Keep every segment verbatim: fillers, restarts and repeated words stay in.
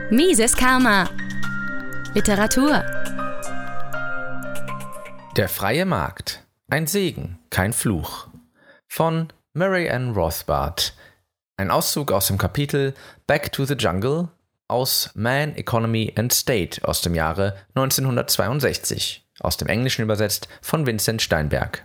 Mises Karma. Literatur. Der freie Markt. Ein Segen, kein Fluch. Von Mary Ann Rothbard. Ein Auszug aus dem Kapitel Back to the Jungle aus Man, Economy and State aus dem Jahre neunzehnhundertzweiundsechzig, aus dem Englischen übersetzt von Vincent Steinberg.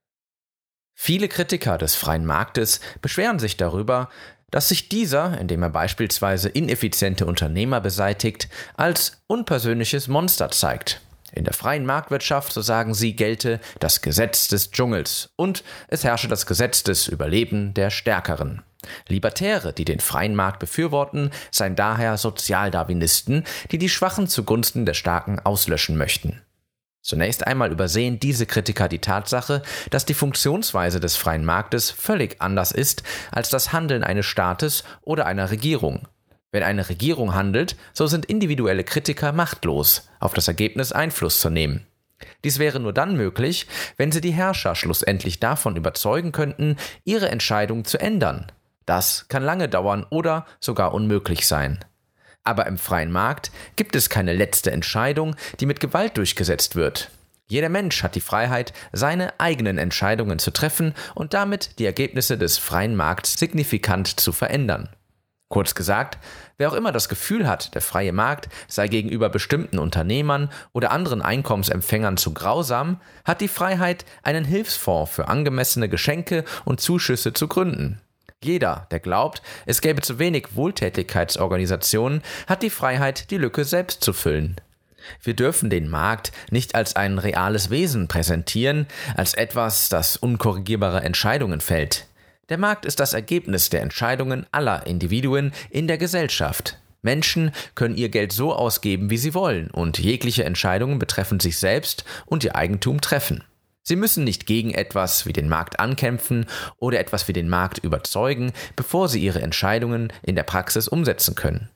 Viele Kritiker des freien Marktes beschweren sich darüber, dass sich dieser, indem er beispielsweise ineffiziente Unternehmer beseitigt, als unpersönliches Monster zeigt. In der freien Marktwirtschaft, so sagen sie, gelte das Gesetz des Dschungels und es herrsche das Gesetz des Überlebens der Stärkeren. Libertäre, die den freien Markt befürworten, seien daher Sozialdarwinisten, die die Schwachen zugunsten der Starken auslöschen möchten. Zunächst einmal übersehen diese Kritiker die Tatsache, dass die Funktionsweise des freien Marktes völlig anders ist als das Handeln eines Staates oder einer Regierung. Wenn eine Regierung handelt, so sind individuelle Kritiker machtlos, auf das Ergebnis Einfluss zu nehmen. Dies wäre nur dann möglich, wenn sie die Herrscher schlussendlich davon überzeugen könnten, ihre Entscheidung zu ändern. Das kann lange dauern oder sogar unmöglich sein. Aber im freien Markt gibt es keine letzte Entscheidung, die mit Gewalt durchgesetzt wird. Jeder Mensch hat die Freiheit, seine eigenen Entscheidungen zu treffen und damit die Ergebnisse des freien Markts signifikant zu verändern. Kurz gesagt, wer auch immer das Gefühl hat, der freie Markt sei gegenüber bestimmten Unternehmern oder anderen Einkommensempfängern zu grausam, hat die Freiheit, einen Hilfsfonds für angemessene Geschenke und Zuschüsse zu gründen. Jeder, der glaubt, es gäbe zu wenig Wohltätigkeitsorganisationen, hat die Freiheit, die Lücke selbst zu füllen. Wir dürfen den Markt nicht als ein reales Wesen präsentieren, als etwas, das unkorrigierbare Entscheidungen fällt. Der Markt ist das Ergebnis der Entscheidungen aller Individuen in der Gesellschaft. Menschen können ihr Geld so ausgeben, wie sie wollen, und jegliche Entscheidungen betreffend sich selbst und ihr Eigentum treffen. Sie müssen nicht gegen etwas wie den Markt ankämpfen oder etwas wie den Markt überzeugen, bevor sie ihre Entscheidungen in der Praxis umsetzen können.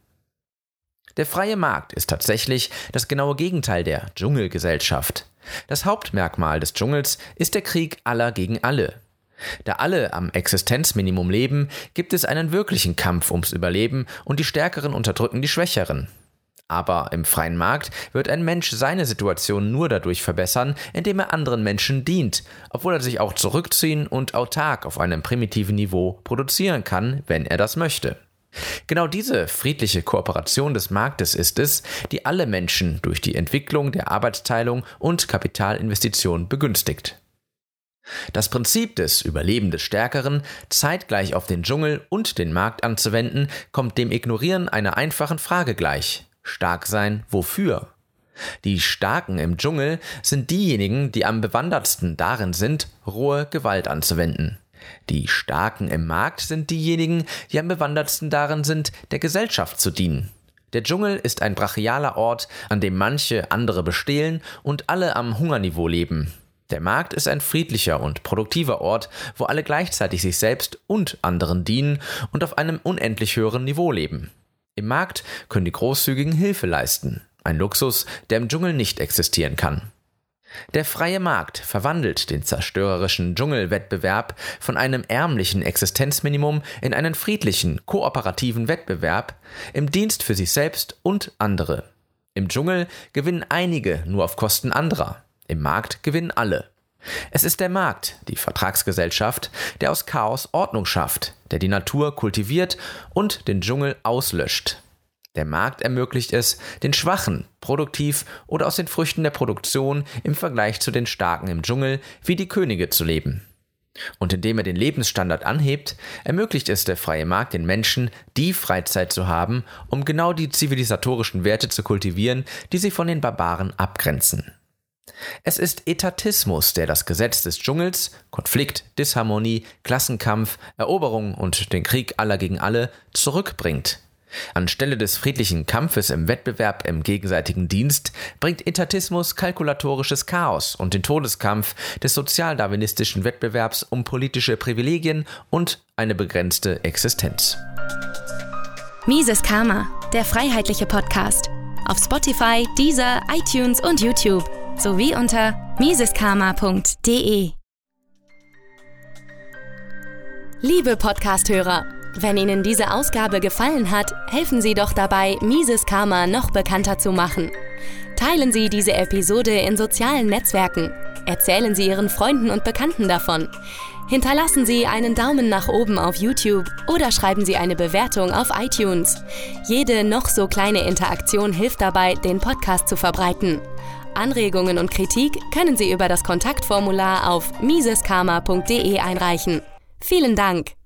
Der freie Markt ist tatsächlich das genaue Gegenteil der Dschungelgesellschaft. Das Hauptmerkmal des Dschungels ist der Krieg aller gegen alle. Da alle am Existenzminimum leben, gibt es einen wirklichen Kampf ums Überleben und die Stärkeren unterdrücken die Schwächeren. Aber im freien Markt wird ein Mensch seine Situation nur dadurch verbessern, indem er anderen Menschen dient, obwohl er sich auch zurückziehen und autark auf einem primitiven Niveau produzieren kann, wenn er das möchte. Genau diese friedliche Kooperation des Marktes ist es, die alle Menschen durch die Entwicklung der Arbeitsteilung und Kapitalinvestition begünstigt. Das Prinzip des Überlebens des Stärkeren zeitgleich auf den Dschungel und den Markt anzuwenden, kommt dem Ignorieren einer einfachen Frage gleich. Stark sein, wofür? Die Starken im Dschungel sind diejenigen, die am bewandertsten darin sind, rohe Gewalt anzuwenden. Die Starken im Markt sind diejenigen, die am bewandertsten darin sind, der Gesellschaft zu dienen. Der Dschungel ist ein brachialer Ort, an dem manche andere bestehlen und alle am Hungerniveau leben. Der Markt ist ein friedlicher und produktiver Ort, wo alle gleichzeitig sich selbst und anderen dienen und auf einem unendlich höheren Niveau leben. Im Markt können die Großzügigen Hilfe leisten, ein Luxus, der im Dschungel nicht existieren kann. Der freie Markt verwandelt den zerstörerischen Dschungelwettbewerb von einem ärmlichen Existenzminimum in einen friedlichen, kooperativen Wettbewerb im Dienst für sich selbst und andere. Im Dschungel gewinnen einige nur auf Kosten anderer, im Markt gewinnen alle. Es ist der Markt, die Vertragsgesellschaft, der aus Chaos Ordnung schafft, der die Natur kultiviert und den Dschungel auslöscht. Der Markt ermöglicht es, den Schwachen produktiv oder aus den Früchten der Produktion im Vergleich zu den Starken im Dschungel wie die Könige zu leben. Und indem er den Lebensstandard anhebt, ermöglicht es der freie Markt den Menschen, die Freizeit zu haben, um genau die zivilisatorischen Werte zu kultivieren, die sie von den Barbaren abgrenzen. Es ist Etatismus, der das Gesetz des Dschungels, Konflikt, Disharmonie, Klassenkampf, Eroberung und den Krieg aller gegen alle zurückbringt. Anstelle des friedlichen Kampfes im Wettbewerb im gegenseitigen Dienst bringt Etatismus kalkulatorisches Chaos und den Todeskampf des sozialdarwinistischen Wettbewerbs um politische Privilegien und eine begrenzte Existenz. Mises Karma, der freiheitliche Podcast. Auf Spotify, Deezer, iTunes und YouTube. Sowie unter mises karma punkt de. Liebe Podcast-Hörer, Wenn Ihnen diese Ausgabe gefallen hat, helfen Sie doch dabei, Mises Karma noch bekannter zu machen. Teilen Sie diese Episode in sozialen Netzwerken. Erzählen Sie Ihren Freunden und Bekannten davon. Hinterlassen Sie einen Daumen nach oben auf YouTube oder schreiben Sie eine Bewertung auf iTunes. Jede noch so kleine Interaktion hilft dabei, den Podcast zu verbreiten. Anregungen und Kritik können Sie über das Kontaktformular auf miseskarma punkt de einreichen. Vielen Dank!